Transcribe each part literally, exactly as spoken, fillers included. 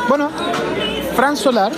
bueno, Fran Solar,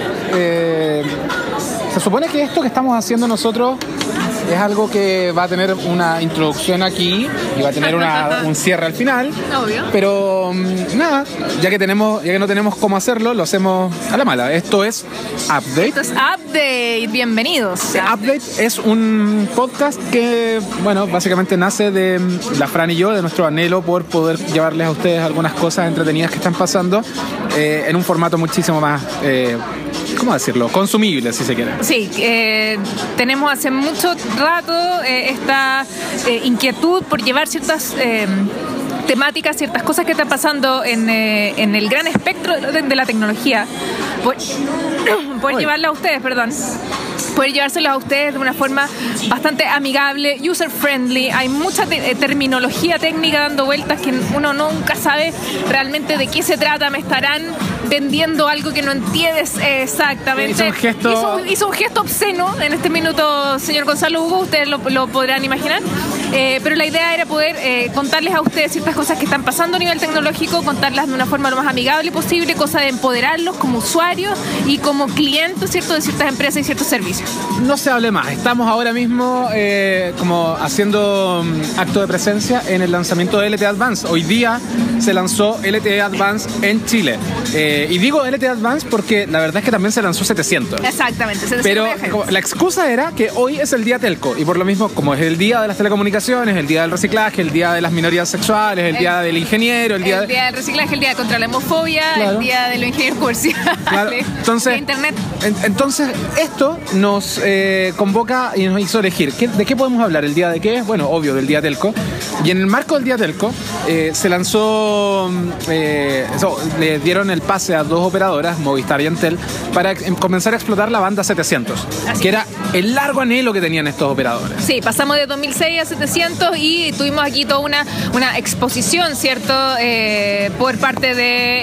eh, se supone que esto que estamos haciendo nosotros es algo que va a tener una introducción aquí y va a tener una, un cierre al final. Obvio. Pero nada, ya que tenemos, ya que no tenemos cómo hacerlo, lo hacemos a la mala. Esto es Update. Esto es Update. Bienvenidos. Update es un podcast que, bueno, básicamente nace de la Fran y yo, de nuestro anhelo por poder llevarles a ustedes algunas cosas entretenidas que están pasando eh, en un formato muchísimo más... Eh, ¿cómo decirlo? Consumible, si se quiere. Sí, eh, tenemos hace mucho rato eh, esta eh, inquietud por llevar ciertas eh, temáticas, ciertas cosas que están pasando en, eh, en el gran espectro de, de la tecnología. Por, poder llevarla a ustedes, perdón. Poder llevárselos a ustedes de una forma bastante amigable, user-friendly. Hay mucha te- terminología técnica dando vueltas que uno nunca sabe realmente de qué se trata. Me estarán vendiendo algo que no entiendes exactamente. Hizo un gesto... Hizo, hizo un gesto obsceno en este minuto, señor Gonzalo Hugo, ustedes lo, lo podrán imaginar. Eh, pero la idea era poder eh, contarles a ustedes ciertas cosas que están pasando a nivel tecnológico, contarlas de una forma lo más amigable posible, cosa de empoderarlos como usuarios y como clientes, ¿cierto?, de ciertas empresas y ciertos servicios. No se hable más. Estamos ahora mismo eh, como haciendo um, acto de presencia en el lanzamiento de L T E Advance. Hoy día se lanzó L T E Advance en Chile. Eh, y digo L T E Advance porque la verdad es que también se lanzó setecientos. Exactamente. Pero como, la excusa era que hoy es el día telco. Y por lo mismo, como es el día de las telecomunicaciones, el día del reciclaje, el día de las minorías sexuales, el, el día del ingeniero, el día... El día del reciclaje, el día contra la homofobia, claro. El día de los ingenieros comerciales, claro. Entonces, de internet. En, entonces, esto nos eh, convoca y nos hizo elegir. ¿Qué, ¿De qué podemos hablar? ¿El día de qué? Bueno, obvio, del día telco. Y en el marco del día telco eh, se lanzó... Eh, eso, le dieron el pase a dos operadoras, Movistar y Entel, para comenzar a explotar la banda setecientos, Así que era el largo anhelo que tenían estos operadores. Sí, pasamos de dos mil seis a setecientos y tuvimos aquí toda una, una exposición, ¿cierto? Eh, por parte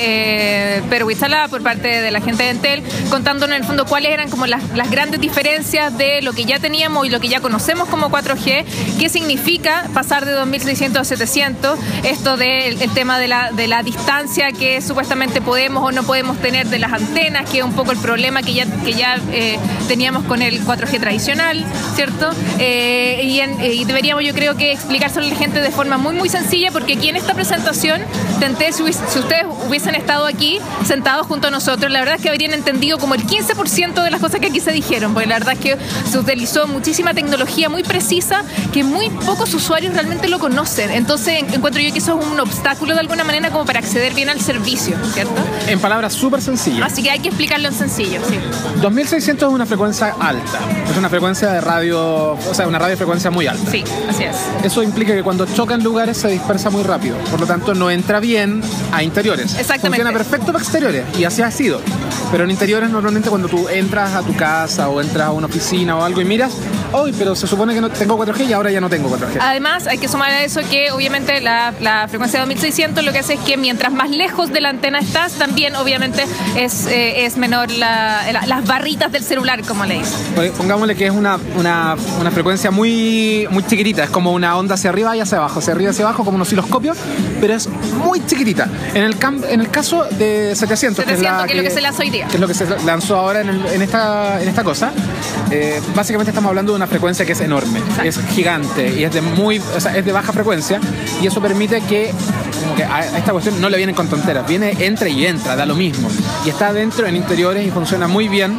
de eh, Pedro Huichalá, por parte de la gente de Entel, contándonos en el fondo cuáles eran como las, las grandes diferencias de lo que ya teníamos y lo que ya conocemos como cuatro G, qué significa pasar de dos mil seiscientos a setecientos, esto del de, el tema de la, de la distancia que supuestamente podemos o no podemos tener de las antenas, que es un poco el problema que ya, que ya eh, teníamos con el cuatro G tradicional, ¿cierto? Eh, y, en, eh, y deberíamos, yo creo que explicárselo a la gente de forma muy muy sencilla, porque aquí en esta presentación tenté, si, si ustedes hubiesen estado aquí sentados junto a nosotros, la verdad es que habrían entendido como el quince por ciento de las cosas que aquí se dijeron, porque la verdad es que se utilizó muchísima tecnología muy precisa que muy pocos usuarios realmente lo conocen. Entonces encuentro yo que eso es un obstáculo de alguna manera como para acceder bien al servicio, ¿cierto? En palabras súper sencillas. Así que hay que explicarlo en sencillo, sí. dos mil seiscientos es una frecuencia alta, es una frecuencia de radio, o sea, una radiofrecuencia muy alta. Sí, así es. Eso implica que cuando choca en lugares se dispersa muy rápido, por lo tanto no entra bien a interiores. Exactamente. Funciona perfecto para exteriores y así ha sido. Pero en interiores normalmente cuando tú entras a tu casa o entras a una oficina o algo y miras, hoy, pero se supone que no tengo cuatro G y ahora ya no tengo cuatro G. Además, hay que sumar a eso que obviamente la, la frecuencia de dos mil seiscientos lo que hace es que mientras más lejos de la antena estás, también obviamente es, eh, es menor la, la, las barritas del celular, como le dicen. Pongámosle que es una, una, una frecuencia muy, muy chiquitita, es como una onda hacia arriba y hacia abajo, hacia arriba y hacia abajo, como un osciloscopio, pero es muy chiquitita. En el, cam- en el caso de setecientos, setecientos que, es, la que es lo que se lanzó hoy día. Que es lo que se lanzó ahora en, el, en, esta, en esta cosa, eh, básicamente estamos hablando de una frecuencia que es enorme, Exacto. es gigante y es de, muy, o sea, es de baja frecuencia, y eso permite que, como que a esta cuestión no le vienen con tonteras, viene, entra y entra, da lo mismo. Y está dentro en interiores y funciona muy bien.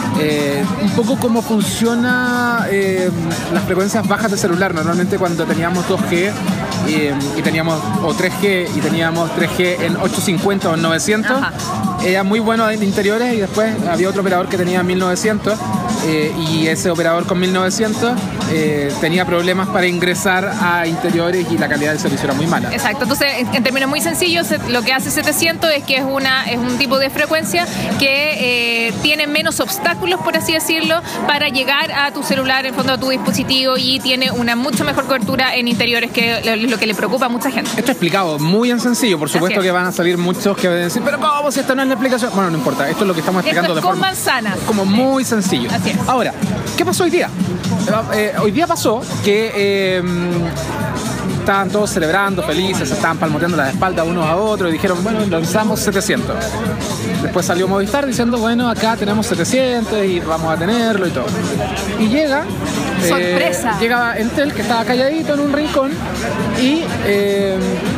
Eh, un poco como funciona eh, las frecuencias bajas de celular. Normalmente cuando teníamos dos G eh, y teníamos, o tres G y teníamos tres G en ochocientos cincuenta o en novecientos, Ajá. era muy bueno en interiores, y después había otro operador que tenía mil novecientos eh, y ese operador con mil novecientos eh, tenía problemas para ingresar a interiores y la calidad del servicio era muy mala. Exacto, entonces en, en términos muy sencillos lo que hace setecientos es que es, una, es un tipo de frecuencia que eh, tiene menos obstáculos, por así decirlo, para llegar a tu celular, en fondo a tu dispositivo, y tiene una mucho mejor cobertura en interiores, que es lo que le preocupa a mucha gente. Esto explicado muy en sencillo, por supuesto que van a salir muchos que van a decir, pero ¿cómo si esto no es la explicación? Bueno, no importa, esto es lo que estamos explicando esto es de con forma manzanas. Como muy sencillo. Así es. Ahora, ¿qué pasó hoy día? Eh, hoy día pasó que eh, estaban todos celebrando, felices, se estaban palmoteando las espaldas unos a otros y dijeron, bueno, lanzamos setecientos. Después salió Movistar diciendo, bueno, acá tenemos setecientos y vamos a tenerlo y todo. Y llega... ¡sorpresa! Eh, llega Entel, que estaba calladito en un rincón y... Eh,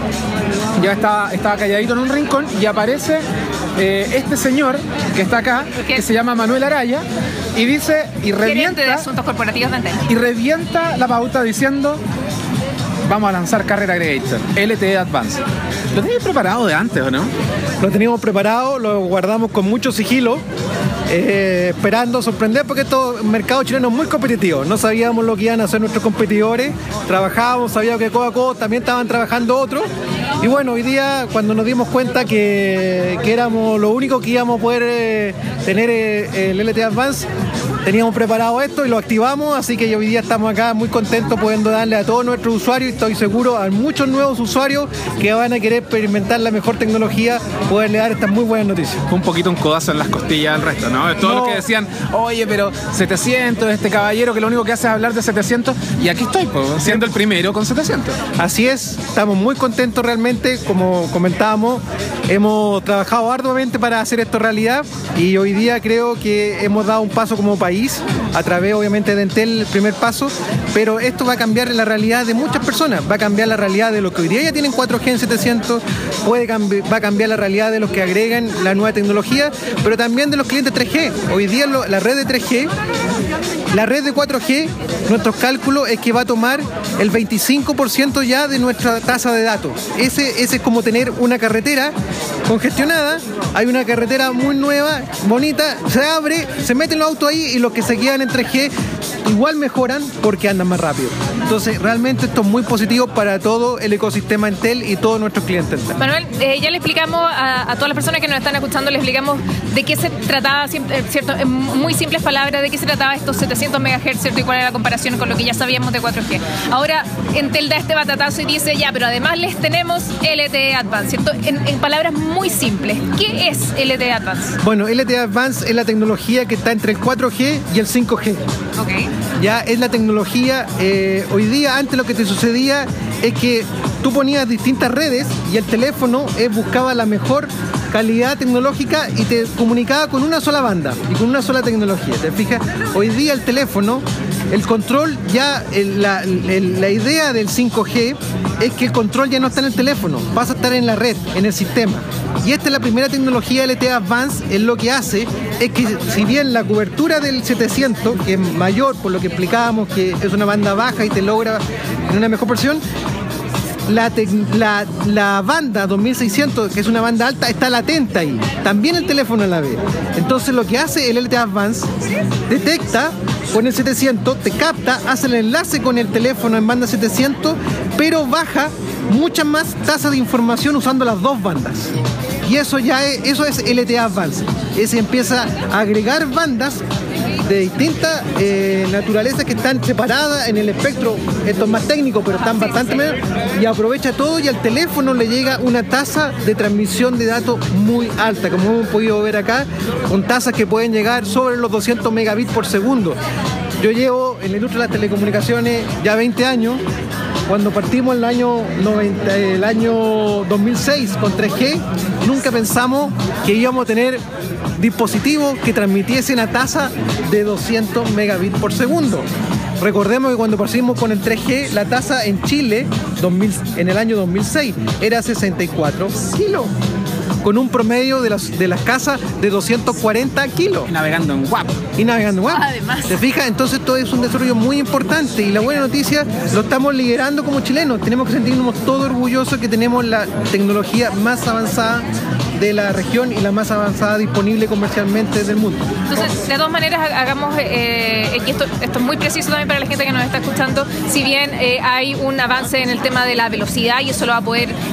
ya estaba, estaba calladito en un rincón y aparece eh, este señor que está acá, ¿qué? Que se llama Manuel Araya, y dice, y revienta, de asuntos corporativos de Entel, y revienta la pauta diciendo, vamos a lanzar Carrier Aggregator, L T E Advanced. ¿Lo tenías preparado de antes o no? Lo teníamos preparado, lo guardamos con mucho sigilo, eh, esperando sorprender, porque estos mercados chilenos muy competitivos. No sabíamos lo que iban a hacer nuestros competidores, trabajábamos, sabíamos que codo a codo también estaban trabajando otros. Y bueno, hoy día cuando nos dimos cuenta que, que éramos lo único que íbamos a poder eh, tener eh, el L T E Advanced, teníamos preparado esto y lo activamos, así que hoy día estamos acá muy contentos pudiendo darle a todos nuestros usuarios, y estoy seguro a muchos nuevos usuarios que van a querer experimentar la mejor tecnología, poderle dar estas muy buenas noticias. Fue un poquito un codazo en las costillas al resto, ¿no? Todos no. Los que decían, oye, pero setecientos, este caballero que lo único que hace es hablar de setecientos, y aquí estoy, pues, siendo el primero con setecientos. Así es, estamos muy contentos realmente, como comentábamos, hemos trabajado arduamente para hacer esto realidad, y hoy día creo que hemos dado un paso como país, a través obviamente de Entel, el primer paso, pero esto va a cambiar la realidad de muchas personas, va a cambiar la realidad de los que hoy día ya tienen cuatro G en setecientos, puede cambi- va a cambiar la realidad de los que agregan la nueva tecnología, pero también de los clientes tres G. Hoy día lo, la red de tres G, la red de cuatro G, nuestros cálculos es que va a tomar el veinticinco por ciento ya de nuestra tasa de datos. Ese, ese es como tener una carretera congestionada, hay una carretera muy nueva, bonita, se abre, se meten los autos ahí y los que se quedan en tres G igual mejoran porque andan más rápido. Entonces, realmente esto es muy positivo para todo el ecosistema Entel y todos nuestros clientes Entel. Manuel, eh, ya le explicamos a, a todas las personas que nos están escuchando, le explicamos de qué se trataba, ¿cierto? En muy simples palabras, de qué se trataba estos setecientos megahertz, ¿cierto? Y cuál era la comparación con lo que ya sabíamos de cuatro G. Ahora, Entel da este batatazo y dice, ya, pero además les tenemos L T E Advanced, ¿cierto? En, en palabras muy simples, ¿qué es L T E Advanced? Bueno, L T E Advanced es la tecnología que está entre el cuatro G y el cinco G. Ok. Ya es la tecnología, eh, hoy día antes lo que te sucedía es que tú ponías distintas redes y el teléfono eh, buscaba la mejor calidad tecnológica y te comunicaba con una sola banda y con una sola tecnología. ¿Te fijas? Hoy día el teléfono, el control ya, el, la, el, la idea del cinco G es que el control ya no está en el teléfono, pasa a estar en la red, en el sistema. Y esta es la primera tecnología L T E Advanced, es lo que hace es que si bien la cobertura del setecientos, que es mayor por lo que explicábamos, que es una banda baja y te logra en una mejor versión, La, te, la, la banda dos mil seiscientos, que es una banda alta, está latente ahí. También el teléfono la ve. Entonces lo que hace el L T E Advanced, detecta con el setecientos, te capta, hace el enlace con el teléfono en banda setecientos, pero baja muchas más tasas de información usando las dos bandas. Y eso ya es, eso es L T E Advanced. Ese empieza a agregar bandas de distintas eh, naturalezas que están separadas en el espectro. Esto es más técnico, pero están bastante mejor, y aprovecha todo, y al teléfono le llega una tasa de transmisión de datos muy alta, como hemos podido ver acá, con tasas que pueden llegar sobre los doscientos megabits por segundo. Yo llevo en la industria de las telecomunicaciones ya veinte años. Cuando partimos el año, noventa, el año dos mil seis con tres G, nunca pensamos que íbamos a tener dispositivos que transmitiesen a tasa de doscientos megabits por segundo. Recordemos que cuando partimos con el tres G, la tasa en Chile dos mil, en el año dos mil seis era sesenta y cuatro kilos, con un promedio de las, de las casas de doscientos cuarenta kilos. Y navegando en W A P. Y navegando en W A P. Además. ¿Te fijas? Entonces todo es un desarrollo muy importante, y la buena noticia, lo estamos liderando como chilenos. Tenemos que sentirnos todos orgullosos que tenemos la tecnología más avanzada de la región y la más avanzada disponible comercialmente del mundo. Entonces, de todas maneras, hagamos, eh, y esto, esto es muy preciso también para la gente que nos está escuchando, si bien eh, hay un avance en el tema de la velocidad, y eso lo va a poder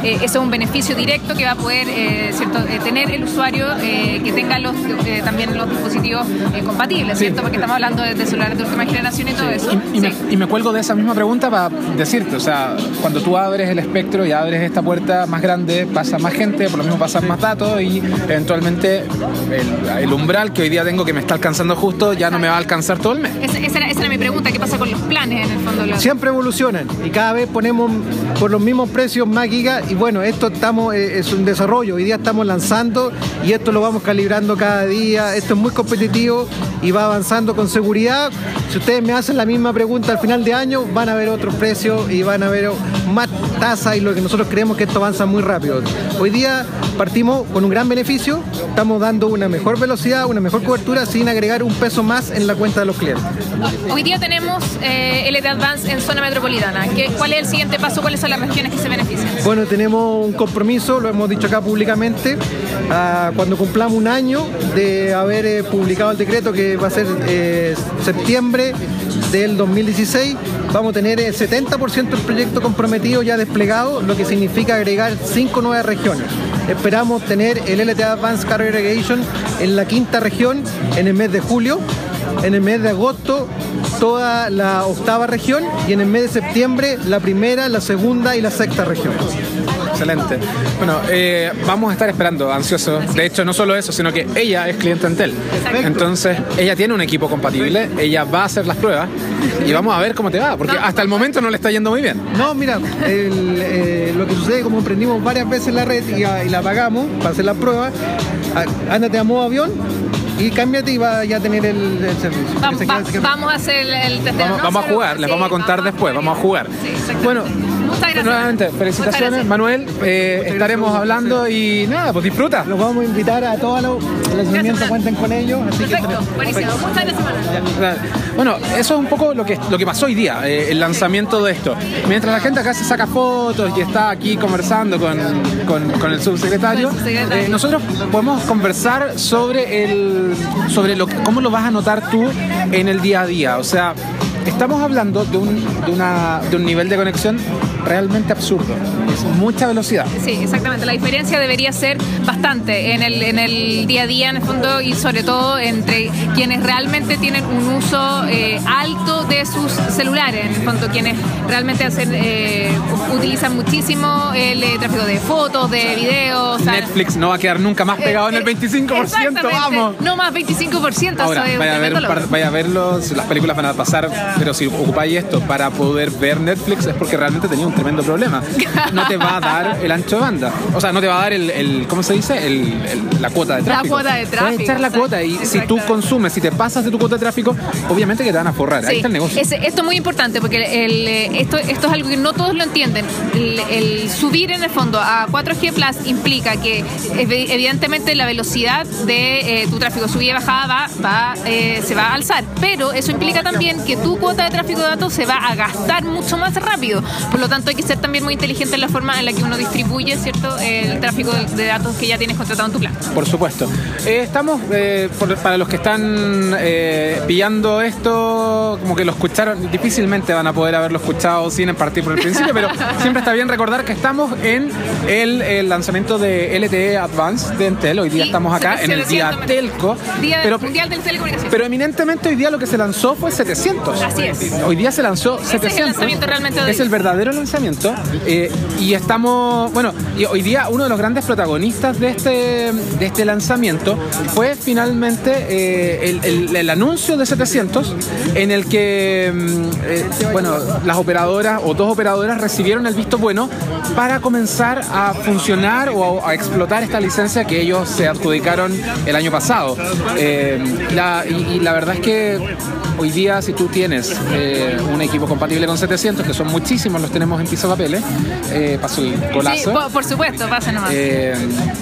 eh, eso es un beneficio directo que va a poder eh, ¿cierto? Eh, tener el usuario eh, que tenga los, eh, también los dispositivos eh, compatibles, ¿cierto? Sí. Porque estamos hablando de, de celulares de última generación y todo sí. eso. Y, y, sí. me, y me cuelgo de esa misma pregunta para decirte, o sea, cuando tú abres el espectro y abres esta puerta más grande, pasa más gente, por lo mismo pasan sí. más datos y eventualmente el, el umbral que hoy día tengo que me está alcanzando justo ya no me va a alcanzar todo el mes. Esa, esa, era, esa era mi pregunta, ¿qué pasa con los planes en el fondo? Los... Siempre evolucionan y cada vez ponemos por los mismos precios más gigas y bueno, esto estamos eh, es un desarrollo, hoy día estamos lanzando y esto lo vamos calibrando cada día, esto es muy competitivo y va avanzando con seguridad. Si ustedes me hacen la misma pregunta al final de año, van a ver otros precios y van a ver más tasas y lo que nosotros creemos que esto avanza muy rápido. Hoy día partimos con un gran beneficio, estamos dando una mejor velocidad, una mejor cobertura sin agregar un peso más en la cuenta de los clientes. Hoy día tenemos eh, L T E Advanced en zona metropolitana. ¿Qué, ¿Cuál es el siguiente paso? ¿Cuáles son las regiones que se benefician? Bueno, tenemos un compromiso, lo hemos dicho acá públicamente, uh, cuando cumplamos un año de haber eh, publicado el decreto que va a ser eh, septiembre del dos mil dieciséis, vamos a tener el setenta por ciento del proyecto comprometido ya desplegado, lo que significa agregar cinco nuevas regiones. Esperamos tener el L T E Advanced Carrier Aggregation en la quinta región en el mes de julio, en el mes de agosto toda la octava región y en el mes de septiembre la primera, la segunda y la sexta región. Excelente. Bueno, eh, vamos a estar esperando, ansiosos. De hecho, no solo eso, sino que ella es cliente Entel. Perfecto. Entonces, ella tiene un equipo compatible, ella va a hacer las pruebas y vamos a ver cómo te va, porque hasta el momento no le está yendo muy bien. No, mira, el, eh, lo que sucede, como emprendimos varias veces la red y, y la pagamos para hacer las pruebas, ándate a modo avión y cámbiate y va ya a tener el, el servicio. Va, va, vamos a hacer el test. Vamos, no, vamos a jugar, sí, les vamos a contar vamos después, a vamos a jugar. Sí, bueno, muchas gracias. Nuevamente, felicitaciones, Manuel. Eh, estaremos gracias. hablando y nada, pues disfruta. Los vamos a invitar a todos los lanzamientos, cuenten con ellos. Así Perfecto, que, buenísimo. Perfecto. Muchas gracias, Manuel. Bueno, eso es un poco lo que, lo que pasó hoy día, eh, el lanzamiento de esto. Mientras la gente acá se saca fotos y está aquí conversando con, con, con el subsecretario, eh, nosotros podemos conversar sobre el sobre lo que, cómo lo vas a notar tú en el día a día. O sea, estamos hablando de un, de una, de un nivel de conexión realmente absurdo. Es mucha velocidad. Sí, exactamente. La diferencia debería ser bastante en el, en el día a día, en el fondo, y sobre todo entre quienes realmente tienen un uso eh, alto de sus celulares. En el fondo, quienes realmente hacen eh, utilizan muchísimo el eh, tráfico de fotos, de videos. O sea, Netflix no va a quedar nunca más pegado eh, en el veinticinco por ciento. Vamos. No más veinticinco por ciento. Ahora, vaya a, ver un par, vaya a verlos, las películas van a pasar, pero si ocupáis esto para poder ver Netflix es porque realmente tenía un tremendo problema. No te va a dar el ancho de banda. O sea, no te va a dar el, el ¿cómo se dice? El, el, la cuota de tráfico. La cuota de tráfico. Puedes echar la cuota y si tú consumes, si te pasas de tu cuota de tráfico, obviamente que te van a forrar. Sí. Ahí está el negocio. Es, esto es muy importante porque el, esto, esto es algo que no todos lo entienden. El, el subir en el fondo a cuatro G Plus implica que evidentemente la velocidad de eh, tu tráfico subida y bajada va, va, eh, se va a alzar, pero eso implica también que tu cuota de tráfico de datos se va a gastar mucho más rápido. Por lo tanto, hay que ser también muy inteligente en la forma en la que uno distribuye, ¿cierto?, el tráfico de datos que ya tienes contratado en tu plan. Por supuesto. Eh, estamos, eh, por, para los que están eh, pillando esto, como que lo escucharon, difícilmente van a poder haberlo escuchado sin partir por el principio, pero siempre está bien recordar que estamos en el, el lanzamiento de L T E Advanced de Entel. Hoy día y estamos acá en el día Telco. Día pero, Mundial de Telecomunicaciones. Pero eminentemente hoy día lo que se lanzó fue setecientos. Así es. Hoy día se lanzó Ese setecientos. Es el lanzamiento realmente de Es el verdadero lanzamiento. Eh, y estamos, bueno, y hoy día uno de los grandes protagonistas de este, de este lanzamiento fue finalmente eh, el, el, el anuncio de setecientos, en el que, eh, bueno, las operadoras o dos operadoras recibieron el visto bueno para comenzar a funcionar o a, a explotar esta licencia que ellos se adjudicaron el año pasado. Eh, la, y, y la verdad es que hoy día, si tú tienes eh, un equipo compatible con setecientos, que son muchísimos, los tenemos en Piso Papeles, eh, paso el golazo. Sí, por, por supuesto, pasa nomás. Eh,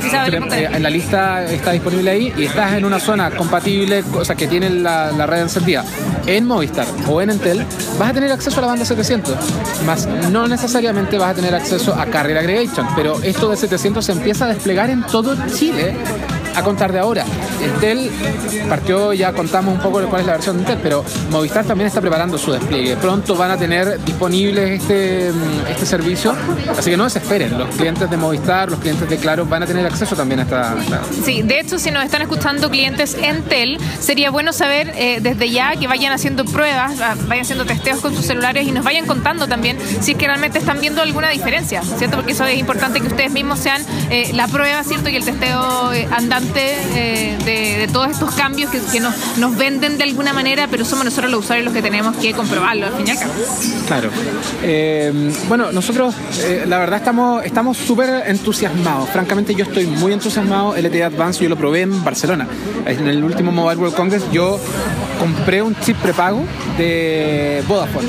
eh, en la lista está disponible ahí y estás en una zona compatible, o sea, que tiene la, la red encendida en Movistar o en Entel, vas a tener acceso a la banda setecientos, más no necesariamente vas a tener acceso a Carrier Aggregation, pero esto de setecientos se empieza a desplegar en todo Chile a contar de ahora. Entel partió, ya contamos un poco de cuál es la versión de Entel, pero Movistar también está preparando su despliegue. Pronto van a tener disponible este, este servicio, así que no desesperen. Los clientes de Movistar, los clientes de Claro van a tener acceso también a esta... A esta... Sí, de hecho, si nos están escuchando clientes Entel, sería bueno saber eh, desde ya que vayan haciendo pruebas, vayan haciendo testeos con sus celulares y nos vayan contando también si es que realmente están viendo alguna diferencia, ¿cierto? Porque eso es importante que ustedes mismos sean eh, la prueba, ¿cierto? Y el testeo eh, andante eh, de, de todos estos cambios que, que nos, nos venden de alguna manera, pero somos nosotros los usuarios los que tenemos que comprobarlo al fin y al cabo. Claro. Eh, bueno, nosotros eh, la verdad estamos estamos súper entusiasmados. Francamente yo estoy muy entusiasmado. L T E Advance yo lo probé en Barcelona. En el último Mobile World Congress yo compré un chip prepago de Vodafone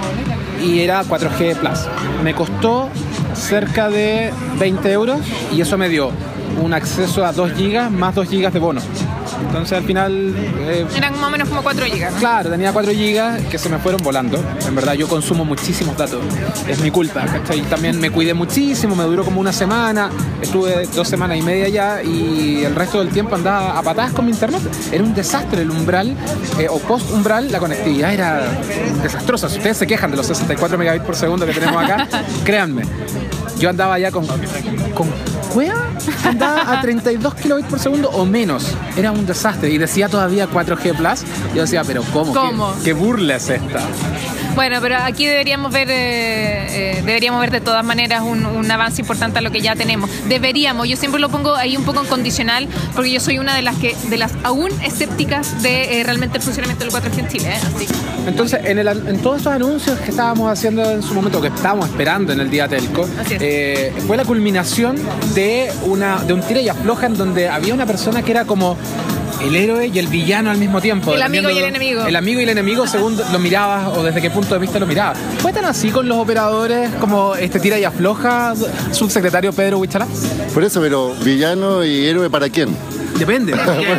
y era cuatro G Plus. Me costó cerca de veinte euros y eso me dio un acceso a dos gigas más dos gigas de bono. Entonces al final... Eh, eran más o menos como cuatro gigas, ¿no? Claro, tenía cuatro gigas que se me fueron volando. En verdad yo consumo muchísimos datos. Es mi culpa, ¿cachai? También me cuidé muchísimo, me duró como una semana. Estuve dos semanas y media ya y el resto del tiempo andaba a patadas con mi internet. Era un desastre el umbral, eh, o post umbral, la conectividad era desastrosa. Si ustedes se quejan de los sesenta y cuatro megabits por segundo que tenemos acá, créanme. Yo andaba ya con... con ¿Cueva? Andaba a treinta y dos kilobits por segundo o menos. Era un desastre. Y decía todavía cuatro G Plus. Yo decía, pero ¿cómo? ¿Cómo? ¿Qué, qué burla es esta? Bueno, pero aquí deberíamos ver eh, eh, deberíamos ver de todas maneras un, un avance importante a lo que ya tenemos. Deberíamos, yo siempre lo pongo ahí un poco en condicional, porque yo soy una de las que de las aún escépticas de eh, realmente el funcionamiento del cuatro G en Chile. ¿eh? Así. Entonces, en, el, en todos esos anuncios que estábamos haciendo en su momento, que estábamos esperando en el día Telco, eh, fue la culminación de, una, de un tira y afloja en donde había una persona que era como el héroe y el villano al mismo tiempo. El amigo y el enemigo. El amigo y el enemigo según lo mirabas o desde qué punto de vista lo mirabas. ¿Fue tan así con los operadores como este tira y afloja, subsecretario Pedro Huichalá? Por eso, pero villano y héroe ¿para quién? Depende.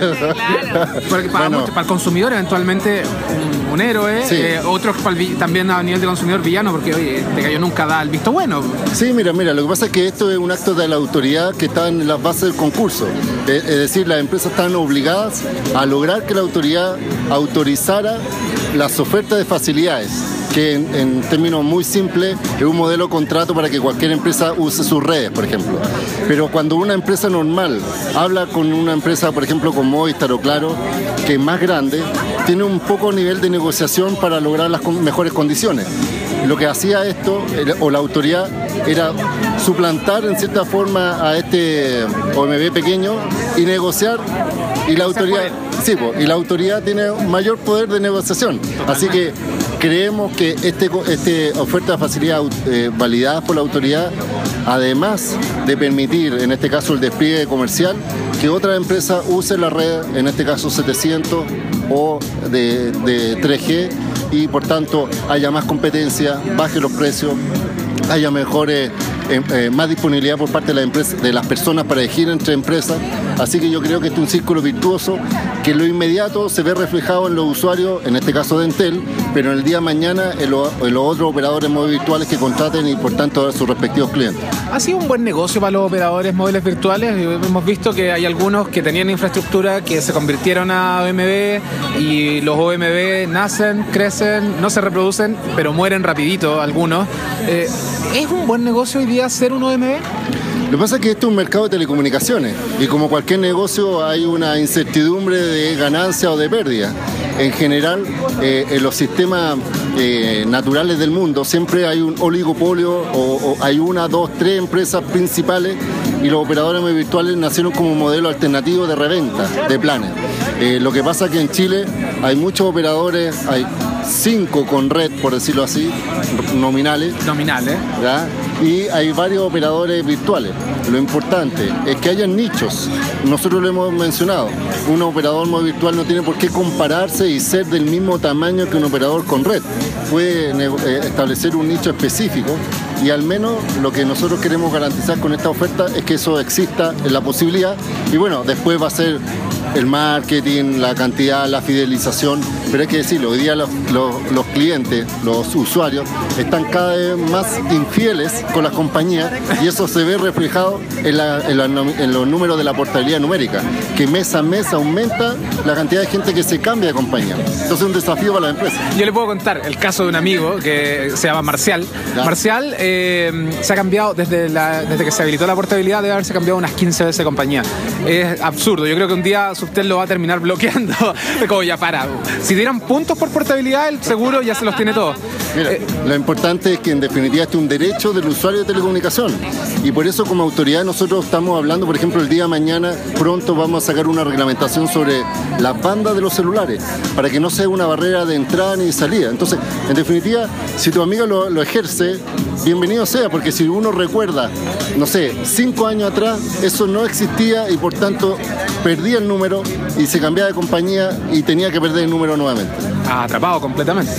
Claro. Porque para, Bueno. mucho, para el consumidor eventualmente un, un héroe, Sí. eh, otros para el, también a nivel de consumidor villano, porque oye, te cayó nunca da el visto bueno. Sí, mira, mira, lo que pasa es que esto es un acto de la autoridad que está en las bases del concurso. Es, es decir, las empresas están obligadas a lograr que la autoridad autorizara las ofertas de facilidades, que en, en términos muy simples es un modelo de contrato para que cualquier empresa use sus redes, por ejemplo. Pero cuando una empresa normal habla con una empresa, por ejemplo, con Movistar o Claro, que es más grande, tiene un poco nivel de negociación para lograr las con- mejores condiciones. Lo que hacía esto, el- o la autoridad, era suplantar en cierta forma a este O M B pequeño y negociar, y la autoridad, sí, po, y la autoridad tiene un mayor poder de negociación. Así que creemos que este, co- este oferta de facilidad eh, validadas por la autoridad, además de permitir, en este caso, el despliegue comercial, que otra empresa use la red, en este caso setecientos o de, de tres G, y por tanto haya más competencia, baje los precios, haya mejores, eh, eh, más disponibilidad por parte de las empresas, de las personas para elegir entre empresas. Así que yo creo que este es un círculo virtuoso que en lo inmediato se ve reflejado en los usuarios, en este caso de Entel, pero en el día de mañana en, lo- en los otros operadores móviles virtuales que contraten y por tanto a sus respectivos clientes. Ha sido un buen negocio para los operadores móviles virtuales. Hemos visto que hay algunos que tenían infraestructura que se convirtieron a O M B y los O M B nacen, crecen, no se reproducen, pero mueren rapidito algunos. Eh, ¿Es un buen negocio hoy día ser un O M B? Lo que pasa es que esto es un mercado de telecomunicaciones y como cualquier negocio hay una incertidumbre de ganancia o de pérdida. En general, eh, en los sistemas eh, naturales del mundo siempre hay un oligopolio o, o hay una, dos, tres empresas principales y los operadores virtuales nacieron como un modelo alternativo de reventa de planes. Eh, lo que pasa es que en Chile hay muchos operadores, hay cinco con red, por decirlo así, nominales, Nominal, ¿eh? ¿ya? Y hay varios operadores virtuales. Lo importante es que hayan nichos. Nosotros lo hemos mencionado. Un operador móvil virtual no tiene por qué compararse y ser del mismo tamaño que un operador con red. Puede ne- eh, establecer un nicho específico y al menos lo que nosotros queremos garantizar con esta oferta es que eso exista en la posibilidad. Y bueno, después va a ser el marketing, la cantidad, la fidelización, pero hay que decirlo, hoy día los, los- los clientes, los usuarios, están cada vez más infieles con las compañías y eso se ve reflejado en, la, en, la, en los números de la portabilidad numérica, que mes a mes aumenta la cantidad de gente que se cambia de compañía. Entonces es un desafío para la empresa. Yo le puedo contar el caso de un amigo que se llama Marcial. ¿Ya? Marcial eh, se ha cambiado desde, la, desde que se habilitó la portabilidad, debe haberse cambiado unas quince veces de compañía. Es absurdo. Yo creo que un día usted lo va a terminar bloqueando. Como ya para. Si dieran puntos por portabilidad, el seguro ya se los tiene todos. Mira, eh, lo importante es que en definitiva este es un derecho del usuario de telecomunicación y por eso como autoridad nosotros estamos hablando, por ejemplo, el día de mañana pronto vamos a sacar una reglamentación sobre las bandas de los celulares para que no sea una barrera de entrada ni de salida. Entonces, en definitiva, si tu amiga lo, lo ejerce, bienvenido sea, porque si uno recuerda, no sé, cinco años atrás, eso no existía y por tanto perdía el número y se cambiaba de compañía y tenía que perder el número nuevamente. Ah, atrapado completamente.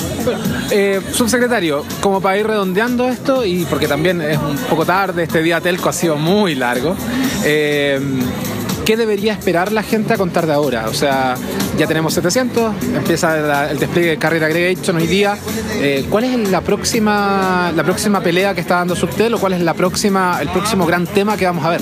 Eh, subsecretario, como para ir redondeando esto y porque también es un poco tarde, este día telco ha sido muy largo, eh, ¿qué debería esperar la gente a contar de ahora? O sea, ya tenemos setecientos, empieza la, el despliegue de Carrier Aggregation hoy día. Eh, ¿Cuál es la próxima, la próxima pelea que está dando Subtel o cuál es la próxima, el próximo gran tema que vamos a ver?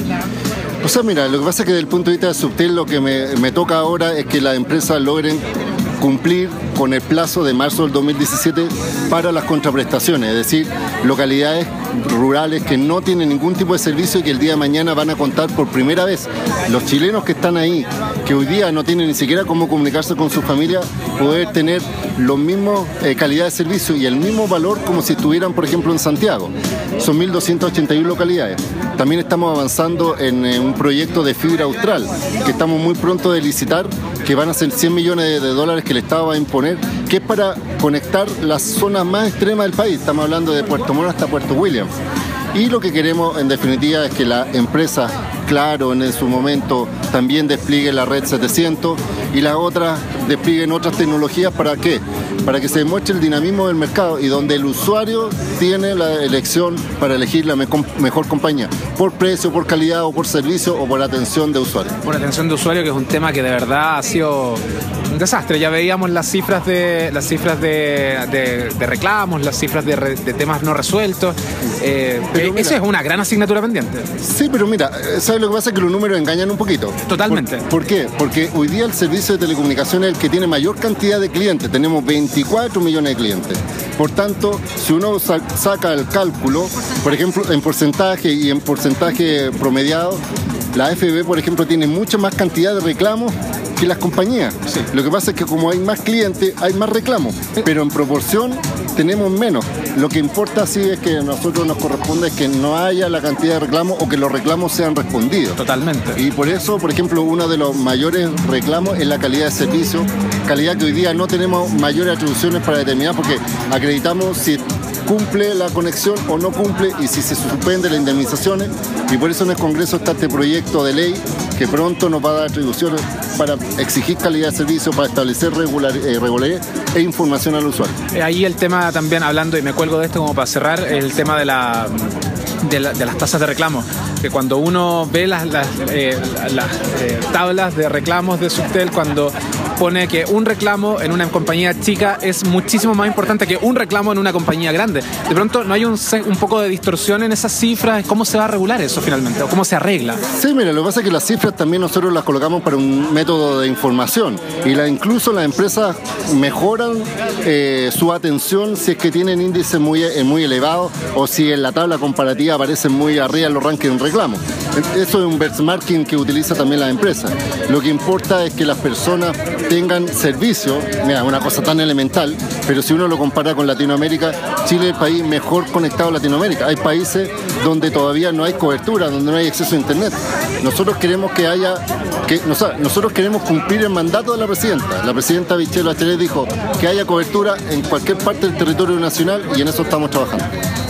O sea, mira, lo que pasa es que desde el punto de vista de Subtel lo que me, me toca ahora es que las empresas logren cumplir con el plazo de marzo del dos mil diecisiete para las contraprestaciones, es decir, localidades rurales que no tienen ningún tipo de servicio y que el día de mañana van a contar por primera vez los chilenos que están ahí, que hoy día no tienen ni siquiera cómo comunicarse con su familia, poder tener los mismos eh, calidad de servicio y el mismo valor como si estuvieran, por ejemplo, en Santiago. Son mil doscientas ochenta y uno localidades. También estamos avanzando en eh, un proyecto de fibra austral, que estamos muy pronto de licitar, que van a ser cien millones de, de dólares que el Estado va a imponer, que es para conectar las zonas más extremas del país. Estamos hablando de Puerto Montt hasta Puerto Williams. Y lo que queremos, en definitiva, es que la empresa, Claro, en su momento también despliegue la red setecientos y las otras desplieguen otras tecnologías. ¿Para qué? Para que se demuestre el dinamismo del mercado y donde el usuario tiene la elección para elegir la me- mejor compañía, por precio, por calidad o por servicio o por atención de usuario. Por atención de usuario, que es un tema que de verdad ha sido un desastre. Ya veíamos las cifras de las cifras de, de, de reclamos, las cifras de, re, de temas no resueltos. Eh, pero mira, eso es una gran asignatura pendiente. Sí, pero mira, ¿sabes lo que pasa? Es que los números engañan un poquito. Totalmente. ¿Por, ¿por qué? Porque hoy día el servicio de telecomunicaciones es el que tiene mayor cantidad de clientes. Tenemos veinticuatro millones de clientes. Por tanto, si uno sa- saca el cálculo, por ejemplo, en porcentaje y en porcentaje promediado, la A F B, por ejemplo, tiene mucha más cantidad de reclamos que las compañías. Sí. Lo que pasa es que como hay más clientes, hay más reclamos, pero en proporción tenemos menos. Lo que importa sí es que a nosotros nos corresponde es que no haya la cantidad de reclamos o que los reclamos sean respondidos. Totalmente. Y por eso, por ejemplo, uno de los mayores reclamos es la calidad de servicio, calidad que hoy día no tenemos mayores atribuciones para determinar porque acreditamos si cumple la conexión o no cumple y si se suspende las indemnizaciones, y por eso en el Congreso está este proyecto de ley que pronto nos va a dar atribuciones para exigir calidad de servicio, para establecer regular, eh, regularidad e información al usuario. Ahí el tema también, hablando, y me cuelgo de esto como para cerrar, el tema de la de, la, de las tasas de reclamo, que cuando uno ve las, las, eh, las eh, tablas de reclamos de Subtel, cuando pone que un reclamo en una compañía chica es muchísimo más importante que un reclamo en una compañía grande. De pronto no hay un, un poco de distorsión en esas cifras. ¿Cómo se va a regular eso finalmente? ¿O cómo se arregla? Sí, mira, lo que pasa es que las cifras también nosotros las colocamos para un método de información y la, incluso las empresas mejoran eh, su atención si es que tienen índices muy, eh, muy elevados o si en la tabla comparativa aparecen muy arriba en los rankings de reclamos. Eso es un benchmarking que utiliza también la empresa. Lo que importa es que las personas tengan servicio, mira, una cosa tan elemental, pero si uno lo compara con Latinoamérica, Chile es el país mejor conectado a Latinoamérica. Hay países donde todavía no hay cobertura, donde no hay acceso a internet. Nosotros queremos que haya, que, o sea, nosotros queremos cumplir el mandato de la presidenta. La presidenta Michelle Bachelet dijo que haya cobertura en cualquier parte del territorio nacional y en eso estamos trabajando.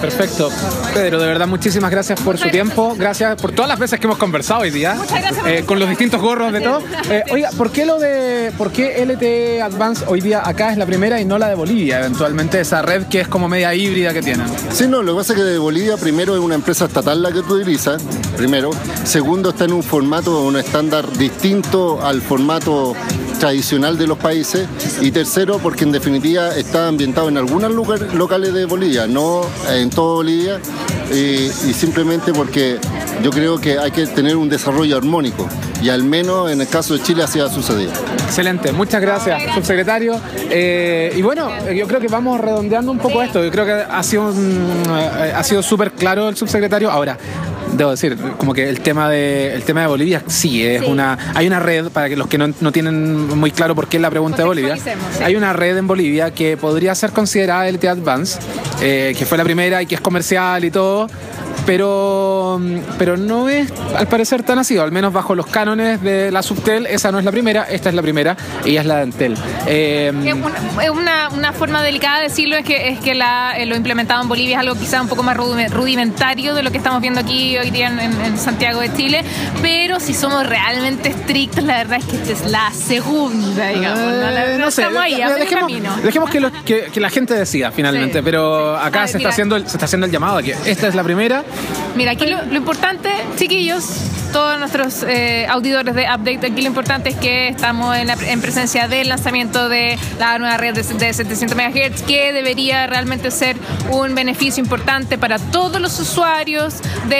Perfecto. Pedro, de verdad, muchísimas gracias por Muchas su tiempo. Gracias por todas las veces que hemos conversado hoy día. Muchas gracias por eh, con los distintos gorros de todo. Eh, Sí. oiga, ¿por qué lo de por qué L T E Advance hoy día acá es la primera y no la de Bolivia? Eventualmente esa red que es como media híbrida que tienen. Sí, no, lo que pasa es que de Bolivia primero es una empresa estatal la que tú utilizas, primero. Segundo, está en un formato, un estándar distinto al formato tradicional de los países. Y tercero, porque en definitiva está ambientado en algunos lugar, locales de Bolivia, no en toda Bolivia. Y, y simplemente porque yo creo que hay que tener un desarrollo armónico. Y al menos en el caso de Chile así ha sucedido. Excelente, muchas gracias, subsecretario. Eh, y bueno, yo creo que vamos redondeando un poco esto. Yo creo que ha sido un, eh, ha sido súper claro el subsecretario. Ahora, debo decir, como que el tema de el tema de Bolivia sí es Sí. una hay una red, para que los que no, no tienen muy claro por qué es la pregunta de Bolivia, Contextualicemos, sí. hay una red en Bolivia que podría ser considerada L T E Advance, eh, que fue la primera y que es comercial y todo. Pero, pero no es al parecer tan así, al menos bajo los cánones de la Subtel. Esa no es la primera, esta es la primera, ella es la de Entel. Eh, Es una, es una, una forma delicada de decirlo, es que, es que la, eh, lo implementado en Bolivia es algo quizá un poco más rudim- rudimentario de lo que estamos viendo aquí hoy día en, en- en Santiago de Chile, pero si somos realmente estrictos, la verdad es que esta es la segunda, digamos. ¿no? La- Eh, no no sé, estamos ahí, a medio dejemos, camino. dejemos que, los- que- que la gente decida finalmente, Sí. pero acá Ay, se, mira. está haciendo el, se está haciendo el llamado a que esta es la primera. Mira, aquí lo, lo importante, chiquillos, todos nuestros eh, auditores de Update, aquí lo importante es que estamos en, la, en presencia del lanzamiento de la nueva red de, de setecientos megahertz, que debería realmente ser un beneficio importante para todos los usuarios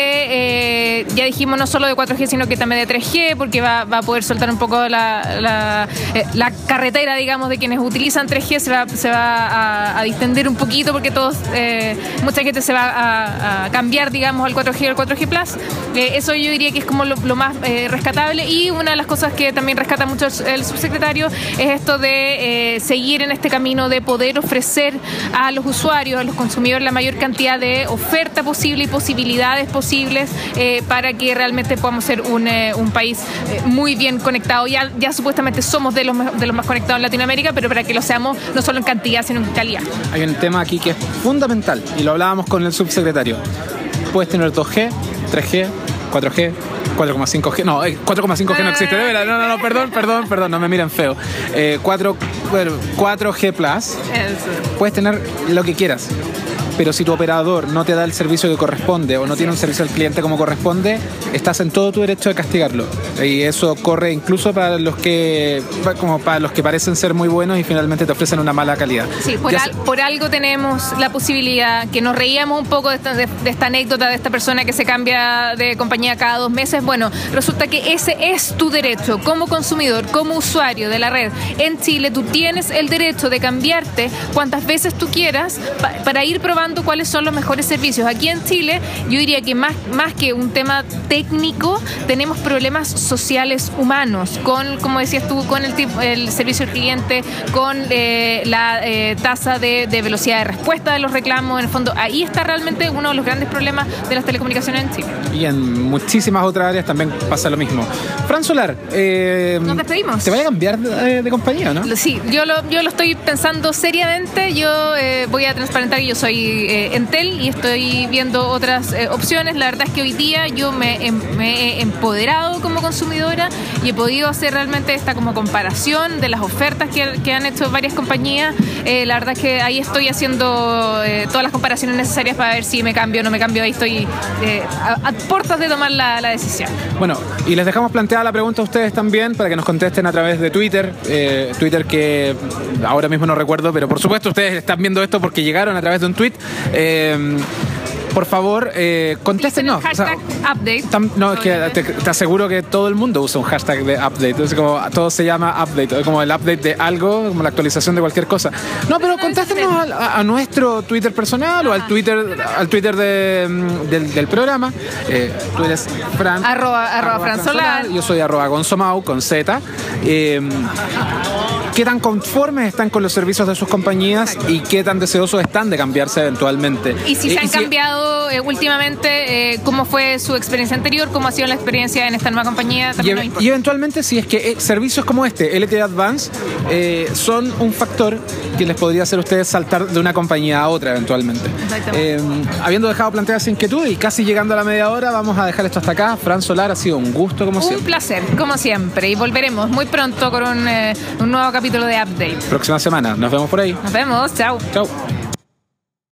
de, eh, ya dijimos, no solo de cuatro G, sino que también de tres G, porque va, va a poder soltar un poco la, la, eh, la carretera, digamos, de quienes utilizan tres G, se va, se va a, a distender un poquito, porque todos, eh, mucha gente se va a, a cambiar, digamos, al cuatro G o al cuatro G Plus. Eh, eso yo diría que es como lo, lo más eh, rescatable, y una de las cosas que también rescata mucho el, el subsecretario es esto de eh, seguir en este camino de poder ofrecer a los usuarios, a los consumidores, la mayor cantidad de oferta posible y posibilidades posibles eh, para que realmente podamos ser un, eh, un país eh, muy bien conectado. Ya, ya supuestamente somos de los, me- de los más conectados en Latinoamérica, pero para que lo seamos no solo en cantidad, sino en calidad. Hay un tema aquí que es fundamental y lo hablábamos con el subsecretario. Puedes tener dos G, tres G, cuatro G, cuatro coma cinco G. No, eh, cuatro coma cinco G no existe, de verdad. No, no, no, perdón, perdón, perdón, no me miren feo. Eh, cuatro, bueno, cuatro G Plus. Puedes tener lo que quieras, pero si tu operador no te da el servicio que corresponde o no tiene un servicio al cliente como corresponde, estás en todo tu derecho de castigarlo. Y eso corre incluso para los que como para los que parecen ser muy buenos y finalmente te ofrecen una mala calidad. Sí, por, Ya al- se- por algo tenemos la posibilidad, que nos reíamos un poco de esta, de, de esta anécdota de esta persona que se cambia de compañía cada dos meses. Bueno, resulta que ese es tu derecho como consumidor, como usuario de la red. En Chile tú tienes el derecho de cambiarte cuantas veces tú quieras pa- para ir probando cuáles son los mejores servicios. Aquí en Chile yo diría que más, más que un tema técnico, tenemos problemas sociales humanos, con, como decías tú, con el, tipo, el servicio al cliente, con eh, la eh, tasa de, de velocidad de respuesta de los reclamos. En el fondo, ahí está realmente uno de los grandes problemas de las telecomunicaciones en Chile. Y en muchísimas otras áreas también pasa lo mismo. Fran Solar, eh, Nos despedimos. ¿te vaya a cambiar de, de compañía, no? Sí, yo lo, yo lo estoy pensando seriamente. Yo eh, voy a transparentar que yo soy eh, Entel y estoy viendo otras eh, opciones. La verdad es que hoy día yo me, em- me he empoderado como consumidora y he podido hacer realmente esta como comparación de las ofertas que, que han hecho varias compañías. Eh, la verdad es que ahí estoy haciendo eh, todas las comparaciones necesarias para ver si me cambio o no me cambio. Ahí estoy eh, a, a puertas de tomar la, la decisión. Bueno, y les dejamos planteada la pregunta a ustedes también para que nos contesten a través de Twitter. Eh, Twitter que ahora mismo no recuerdo, pero por supuesto ustedes están viendo esto porque llegaron a través de un tweet. Eh, por favor, eh, contéstenos. Dicen el hashtag O sea, update. tam- no, es que te, te aseguro que todo el mundo usa un hashtag de update. Es como todo se llama update, como el update de algo, como la actualización de cualquier cosa. No, pero contéstenos al- a, a nuestro Twitter personal o al Twitter, al Twitter de, mm, del, del programa. Eh, tú eres Fran. Arroba- arroba Fran Solar. Yo soy arroba Gonzomau con Z. Eh, qué tan conformes están con los servicios de sus compañías y qué tan deseosos están de cambiarse eventualmente. Y si Eh, se han y si- cambiado eh, últimamente, eh, ¿cómo fue su experiencia anterior? ¿Cómo ha sido la experiencia en esta nueva compañía? Y, También nos ev- importa. y eventualmente, si es que eh, servicios como este, L T E Advance, eh, son un factor que les podría hacer a ustedes saltar de una compañía a otra eventualmente. Exactamente. Eh, habiendo dejado planteada esa inquietud y casi llegando a la media hora, vamos a dejar esto hasta acá. Fran Solar, ha sido un gusto como Un siempre. placer, como siempre. Y volveremos muy pronto con un, eh, un nuevo capítulo de Update. Próxima semana, nos vemos por ahí. Nos vemos, chao. Chao.